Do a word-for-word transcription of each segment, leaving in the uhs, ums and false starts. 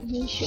よいしょ。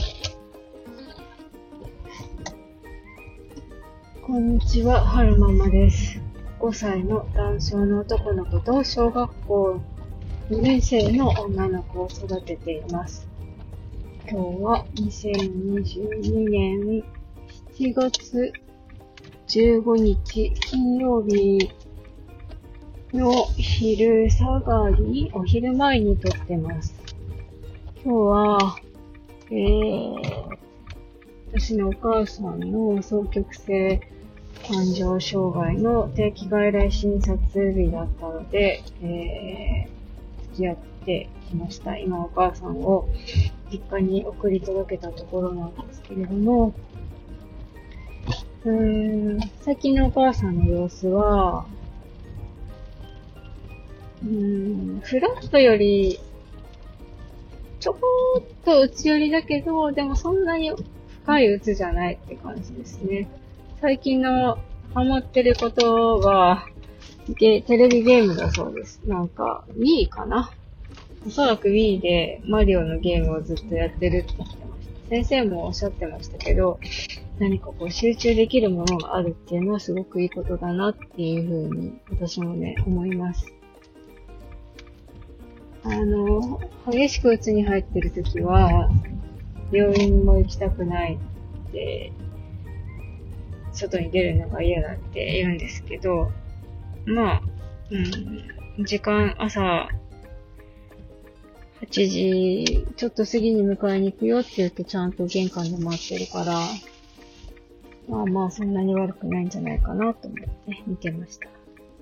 こんにちは、はるままです。ごさいの男性の男の子と小学校にねん生の女の子を育てています。今日はにせんにじゅうにねんしちがつじゅうごにち金曜日の昼下がり、お昼前に撮ってます。今日は、えー、私のお母さんの双極性感情障害の定期外来診察日だったので、えー、付き合ってきました。今お母さんを実家に送り届けたところなんですけれども、うーん最近のお母さんの様子は、うーんフラットよりちょこーっとうつ寄りだけど、でもそんなに深いうつじゃないって感じですね。最近のハマってることがゲテレビゲームだそうです。なんか Wii かな、おそらく Wii でマリオのゲームをずっとやってるって言ってました。先生もおっしゃってましたけど、何かこう集中できるものがあるっていうのはすごくいいことだなっていうふうに私もね思います。あの激しくうつに入ってるときは病院も行きたくないって外に出るのが嫌だって言うんですけど、まあ、うん、時間朝はちじちょっと過ぎに迎えに行くよって言うとちゃんと玄関で待ってるから、まあまあそんなに悪くないんじゃないかなと思って見てました。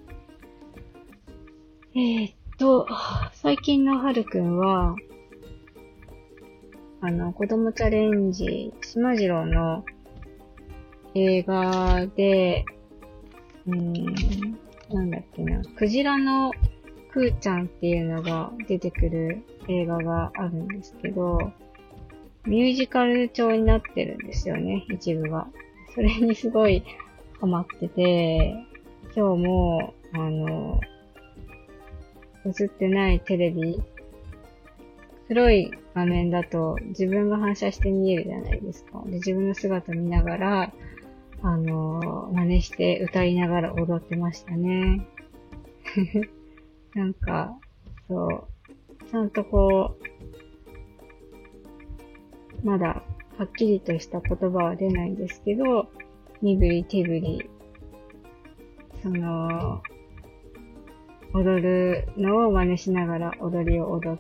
えー、っと、最近のはるくんは、あの、子供チャレンジ、しまじろうの映画で、うーん、なんだっけな、クジラのくーちゃんっていうのが出てくる映画があるんですけど、ミュージカル調になってるんですよね、一部が。それにすごいハマってて、今日も、あの、映ってないテレビ、黒い画面だと自分が反射して見えるじゃないですか。で、自分の姿見ながら、あの、真似して歌いながら踊ってましたね。なんか、そう、ちゃんとこう、まだはっきりとした言葉は出ないんですけど、身振り手振り、その、踊るのを真似しながら踊りを踊って、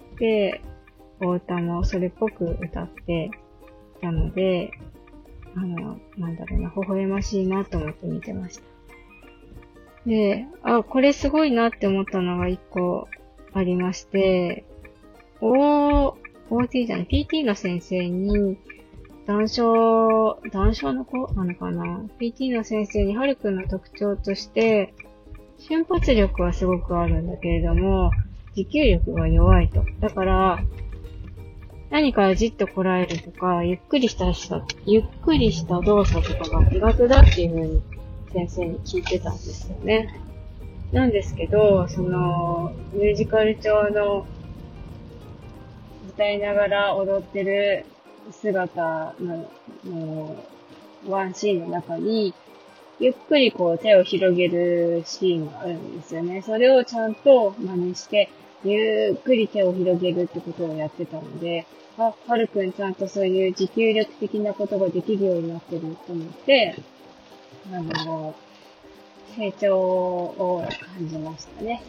お歌もそれっぽく歌ってたので、あの、なんだろうな、微笑ましいなと思って見てました。で、あ、これすごいなって思ったのが一個ありまして、O、オーティー じゃない、ピーティー の先生に、談笑、談笑の子なのかな ?ピーティー の先生にはるくんの特徴として、瞬発力はすごくあるんだけれども、持久力が弱いと。だから、何かじっとこらえるとか、ゆっくりしたした、ゆっくりした動作とかが苦手だっていう風に先生に聞いてたんですよね。なんですけど、その、ミュージカル調の歌いながら踊ってる姿の、のワンシーンの中に、ゆっくりこう手を広げるシーンがあるんですよね。それをちゃんと真似して、ゆっくり手を広げるってことをやってたので、あ、はるくんちゃんとそういう持久力的なことができるようになってると思って、あの、成長を感じましたね。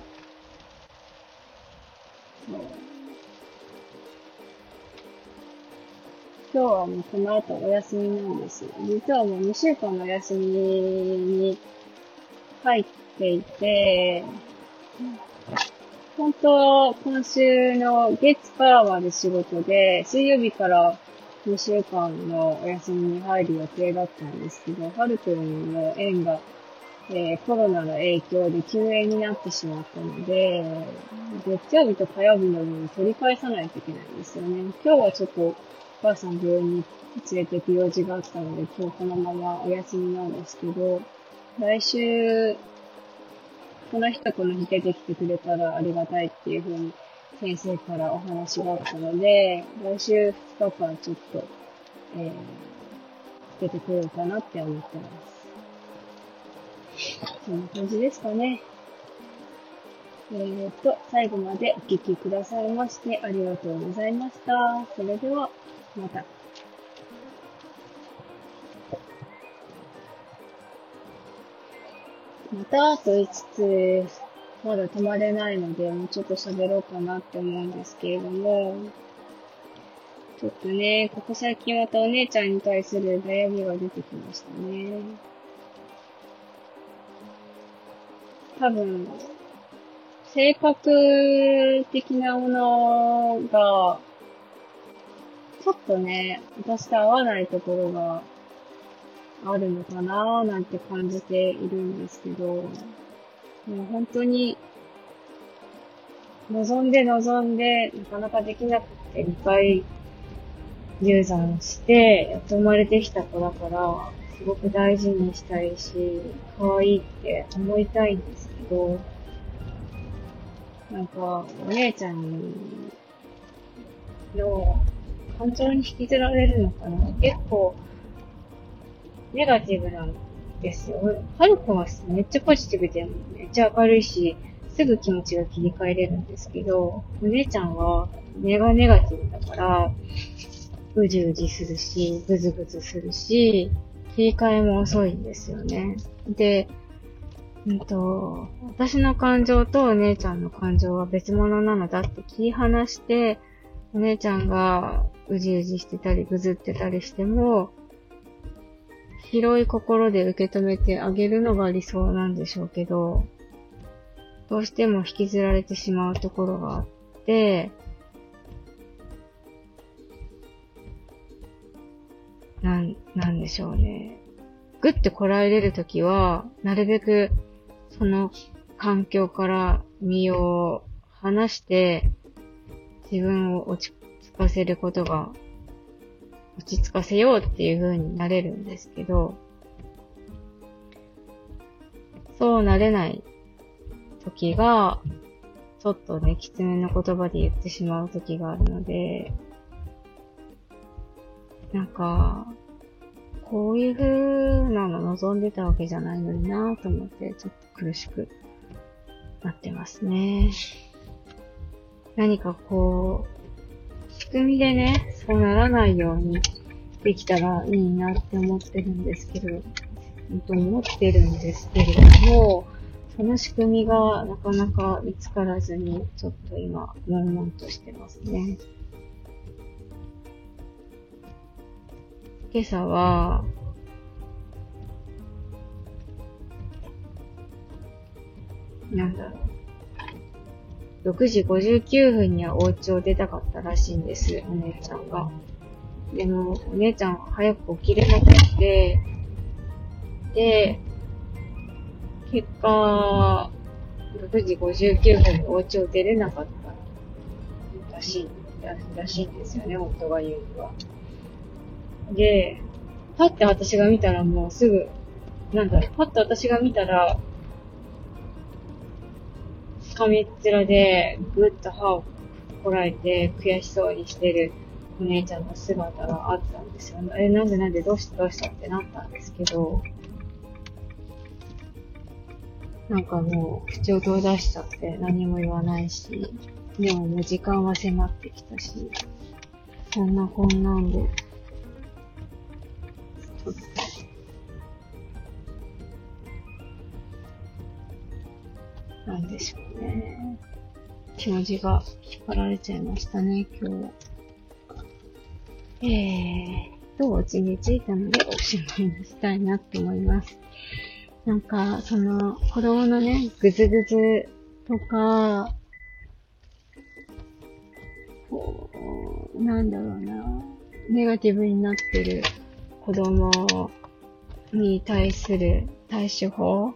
今日はもうこの後お休みなんです。実はもうにしゅうかんのお休みに入っていて、本当、今週の月火まで仕事で、水曜日からにしゅうかんのお休みに入る予定だったんですけど、はるくんの園が、えー、コロナの影響で休園になってしまったので、月曜日と火曜日の分取り返さないといけないんですよね。今日はちょっとお母さん病院に連れて行く用事があったので、今日このままお休みなんですけど、来週、この日とこの日出てきてくれたらありがたいっていう風に先生からお話があったので、来週ふつかかんちょっと、えー、つけてこようかなって思ってます。そんな感じですかね。えーと、最後までお聞きくださいましてありがとうございました。それでは、また。またと言いつつ、まだ止まれないので、もうちょっと喋ろうかなって思うんですけれども、ちょっとね、ここ最近またお姉ちゃんに対する悩みが出てきましたね。多分、性格的なものが、ちょっとね、私と合わないところがあるのかなーなんて感じているんですけど、もう本当に、望んで望んで、なかなかできなくて、にかい流産して、やっと生まれてきた子だから、すごく大事にしたいし、可愛いって思いたいんですけど、なんか、お姉ちゃんの感情に引きずられるのかな。結構、ネガティブなんですよ。はるくんはめっちゃポジティブで、めっちゃ明るいし、すぐ気持ちが切り替えれるんですけど、お姉ちゃんは根がネガティブだから、うじうじするし、ぐずぐずするし、切り替えも遅いんですよね。で、うんと、私の感情とお姉ちゃんの感情は別物なのだって切り離して、お姉ちゃんがうじうじしてたりぐずってたりしても、広い心で受け止めてあげるのが理想なんでしょうけど、どうしても引きずられてしまうところがあって、なん、なんでしょうね。ぐってこらえれるときは、なるべくその環境から身を離して、自分を落ち着かせることが、落ち着かせようっていう風になれるんですけど、そうなれない時が、ちょっとね、きつめの言葉で言ってしまう時があるので、なんか、こういう風なの望んでたわけじゃないのになぁと思って、ちょっと苦しくなってますね。何かこう、仕組みでね、そうならないようにできたらいいなって思ってるんですけど、本当に思ってるんですけれども、その仕組みがなかなか見つからずに、ちょっと今、悶々としてますね。今朝は、なんだろう。ろくじごじゅうきゅうふんにはお家を出たかったらしいんです、お姉ちゃんが。でも、お姉ちゃん早く起きれなくて、で、結果、ろくじごじゅうきゅうふんにお家を出れなかったらしい、らしいんですよね、夫が言うには。で、パッて私が見たらもうすぐ、なんだろう、パッて私が見たら、つかみっ面でぐっと歯をこらえて悔しそうにしてるお姉ちゃんの姿があったんですよね。え、なんでなんでどうしたどうしたってなったんですけど、なんかもう口を閉ざしちゃって何も言わないし、でももう時間は迫ってきたし、そんなこんなんで、ちょっとなんでしょうね。気持ちが引っ張られちゃいましたね、今日は。えーと、お家に着いたのでおしまいにしたいなって思います。なんか、その、子供のね、ぐずぐずとか、こう、なんだろうな、ネガティブになってる子供に対する対処法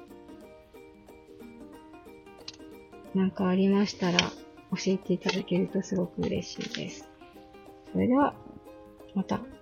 なんかありましたら教えていただけるとすごく嬉しいです。それでは、また。